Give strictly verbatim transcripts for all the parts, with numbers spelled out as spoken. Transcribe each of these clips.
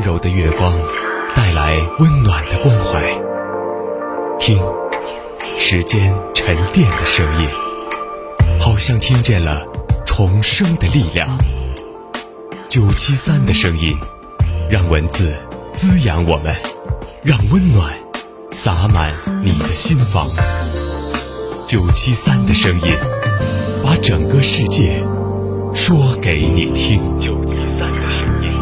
柔的月光带来温暖的关怀。听，时间沉淀的声音，好像听见了重生的力量。九七三的声音，让文字滋养我们，让温暖洒满你的心房。九七三的声音，把整个世界说给你听。九七三的声音。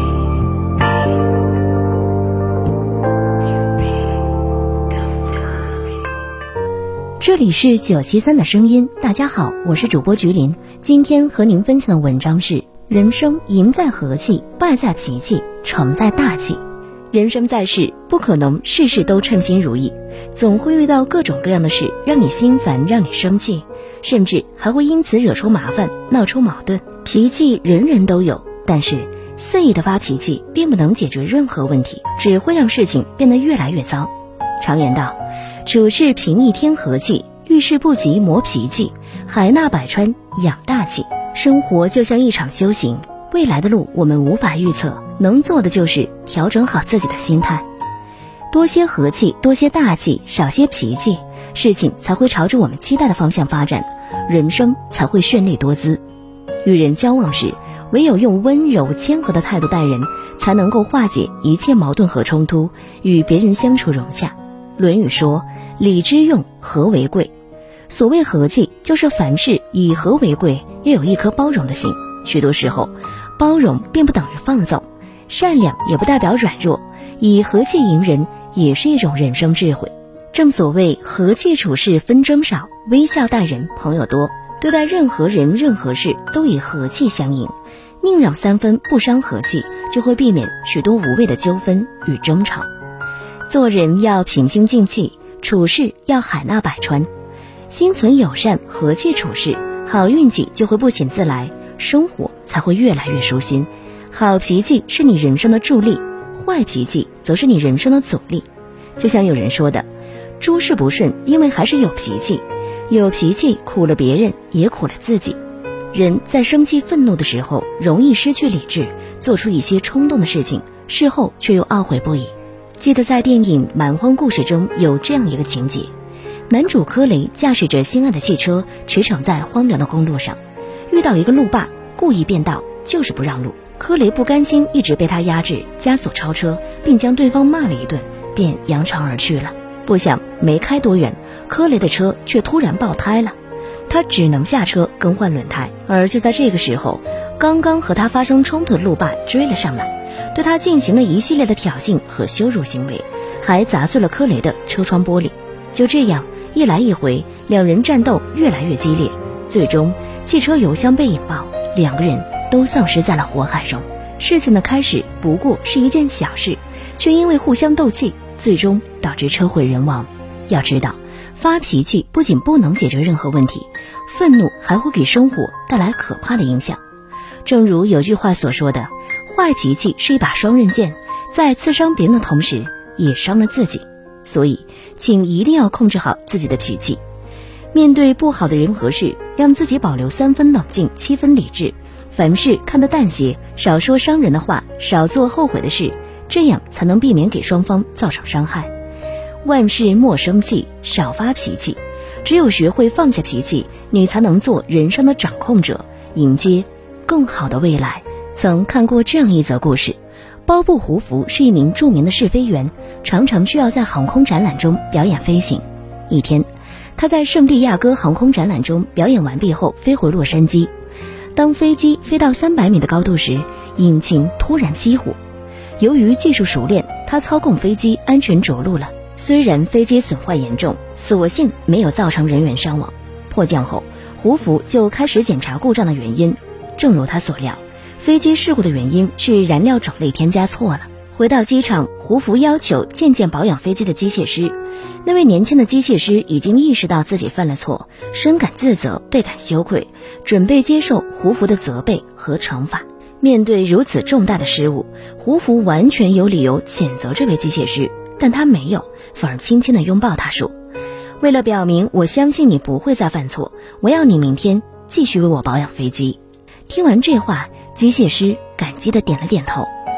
这里是九七三的声音，大家好，我是主播菊林。今天和您分享的文章是：人生赢在和气，败在脾气，成在大气。人生在世，不可能事事都称心如意，总会遇到各种各样的事，让你心烦，让你生气，甚至还会因此惹出麻烦，闹出矛盾。脾气人人都有，但是肆意的发脾气并不能解决任何问题，只会让事情变得越来越糟。常言道，处事平易天和气，遇事不急磨脾气，海纳百川养大气。生活就像一场修行，未来的路我们无法预测，能做的就是调整好自己的心态，多些和气，多些大气，少些脾气，事情才会朝着我们期待的方向发展，人生才会绚丽多姿。与人交往时，唯有用温柔谦和的态度待人，才能够化解一切矛盾和冲突，与别人相处融洽。论语说，礼之用，和为贵。所谓和气，就是凡事以和为贵，要有一颗包容的心。许多时候，包容并不等于放纵，善良也不代表软弱，以和气迎人也是一种人生智慧。正所谓和气处事纷争少，微笑待人朋友多。对待任何人任何事都以和气相迎，宁让三分不伤和气，就会避免许多无谓的纠纷与争吵。做人要平心静气，处事要海纳百川，心存友善，和气处事，好运气就会不请自来，生活才会越来越舒心。好脾气是你人生的助力，坏脾气则是你人生的阻力。就像有人说的，诸事不顺，因为还是有脾气，有脾气苦了别人，也苦了自己。人在生气愤怒的时候，容易失去理智，做出一些冲动的事情，事后却又懊悔不已。记得在电影《蛮荒故事》中有这样一个情节，男主柯雷驾驶着心爱的汽车驰骋在荒凉的公路上，遇到一个路霸，故意变道，就是不让路。柯雷不甘心一直被他压制，加速超车，并将对方骂了一顿，便扬长而去了。不想没开多远，柯雷的车却突然爆胎了，他只能下车更换轮胎。而就在这个时候，刚刚和他发生冲突的路霸追了上来，对他进行了一系列的挑衅和羞辱行为，还砸碎了柯雷的车窗玻璃。就这样一来一回，两人战斗越来越激烈，最终汽车油箱被引爆，两个人都丧失在了火海中。事情的开始不过是一件小事，却因为互相斗气，最终导致车毁人亡。要知道，发脾气不仅不能解决任何问题，愤怒还会给生活带来可怕的影响。正如有句话所说的，坏脾气是一把双刃剑，在刺伤别人的同时也伤了自己。所以请一定要控制好自己的脾气，面对不好的人和事，让自己保留三分冷静，七分理智，凡事看得淡些，少说伤人的话，少做后悔的事，这样才能避免给双方造成伤害。万事莫生气，少发脾气，只有学会放下脾气，你才能做人生的掌控者，迎接更好的未来。曾看过这样一则故事，包布胡福是一名著名的试飞员，常常需要在航空展览中表演飞行。一天，他在圣地亚哥航空展览中表演完毕后飞回洛杉矶。当飞机飞到三百米的高度时，引擎突然熄火。由于技术熟练，他操控飞机安全着陆了。虽然飞机损坏严重，所幸没有造成人员伤亡。迫降后，胡福就开始检查故障的原因。正如他所料，飞机事故的原因是燃料种类添加错了。回到机场，胡福要求见见保养飞机的机械师。那位年轻的机械师已经意识到自己犯了错，深感自责，倍感羞愧，准备接受胡福的责备和惩罚。面对如此重大的失误，胡福完全有理由谴责这位机械师，但他没有，反而轻轻地拥抱他说，为了表明我相信你不会再犯错，我要你明天继续为我保养飞机。听完这话，机械师感激地点了点头。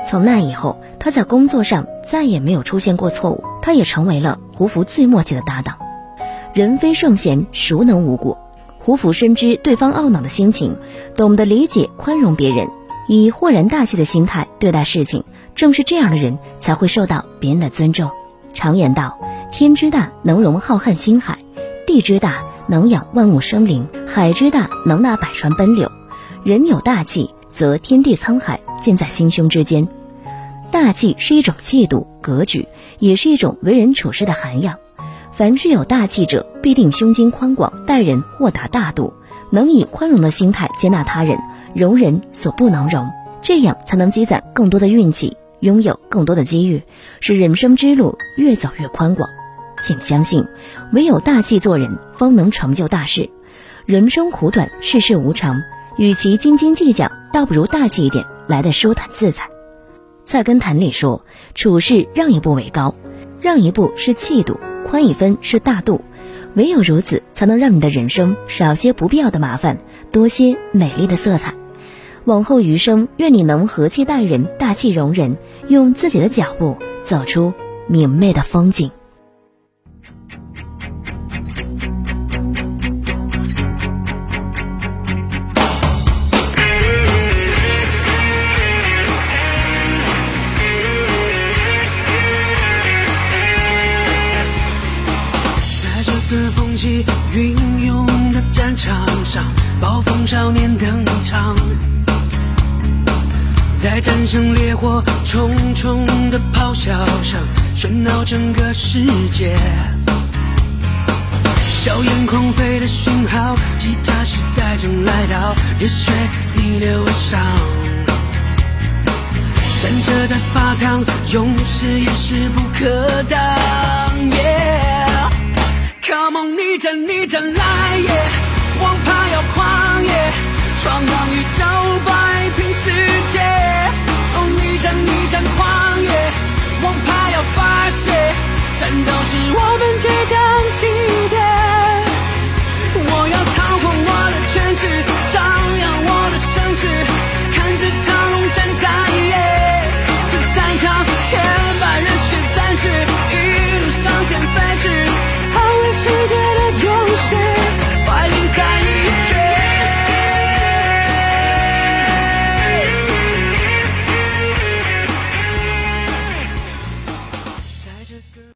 从那以后，他在工作上再也没有出现过错误，他也成为了胡福最默契的搭档。人非圣贤，孰能无过？胡福深知对方懊恼的心情，懂得理解宽容别人，以豁然大气的心态对待事情。正是这样的人才会受到别人的尊重。常言道，天之大能容浩瀚星海，地之大能养万物生灵，海之大能纳百川奔流。人有大气，则天地沧海尽在心胸之间。大气是一种气度格局，也是一种为人处事的涵养。凡是有大气者，必定胸襟宽广，待人豁达大度，能以宽容的心态接纳他人，容人所不能容，这样才能积攒更多的运气，拥有更多的机遇，使人生之路越走越宽广。请相信，唯有大气做人，方能成就大事。人生苦短，世事无常，与其斤斤计较，倒不如大气一点，来得舒坦自在。菜根谭里说，处事让一步为高，让一步是气度，宽一分是大度。唯有如此，才能让你的人生少些不必要的麻烦，多些美丽的色彩。往后余生，愿你能和气待人，大气容人，用自己的脚步走出明媚的风景。 在风起云涌的战场上，暴风少年登场，在战胜烈火重重的咆哮声喧闹整个世界。硝烟狂飞的讯号，机甲时代正来到，热血逆流而上，战车在发烫，勇士也势不可挡。Yeah，Come on， 逆战逆战来耶！王牌要狂野，闯荡宇宙，摆平世界。哦，逆战逆战狂野，王牌要发泄，战斗是我们倔强情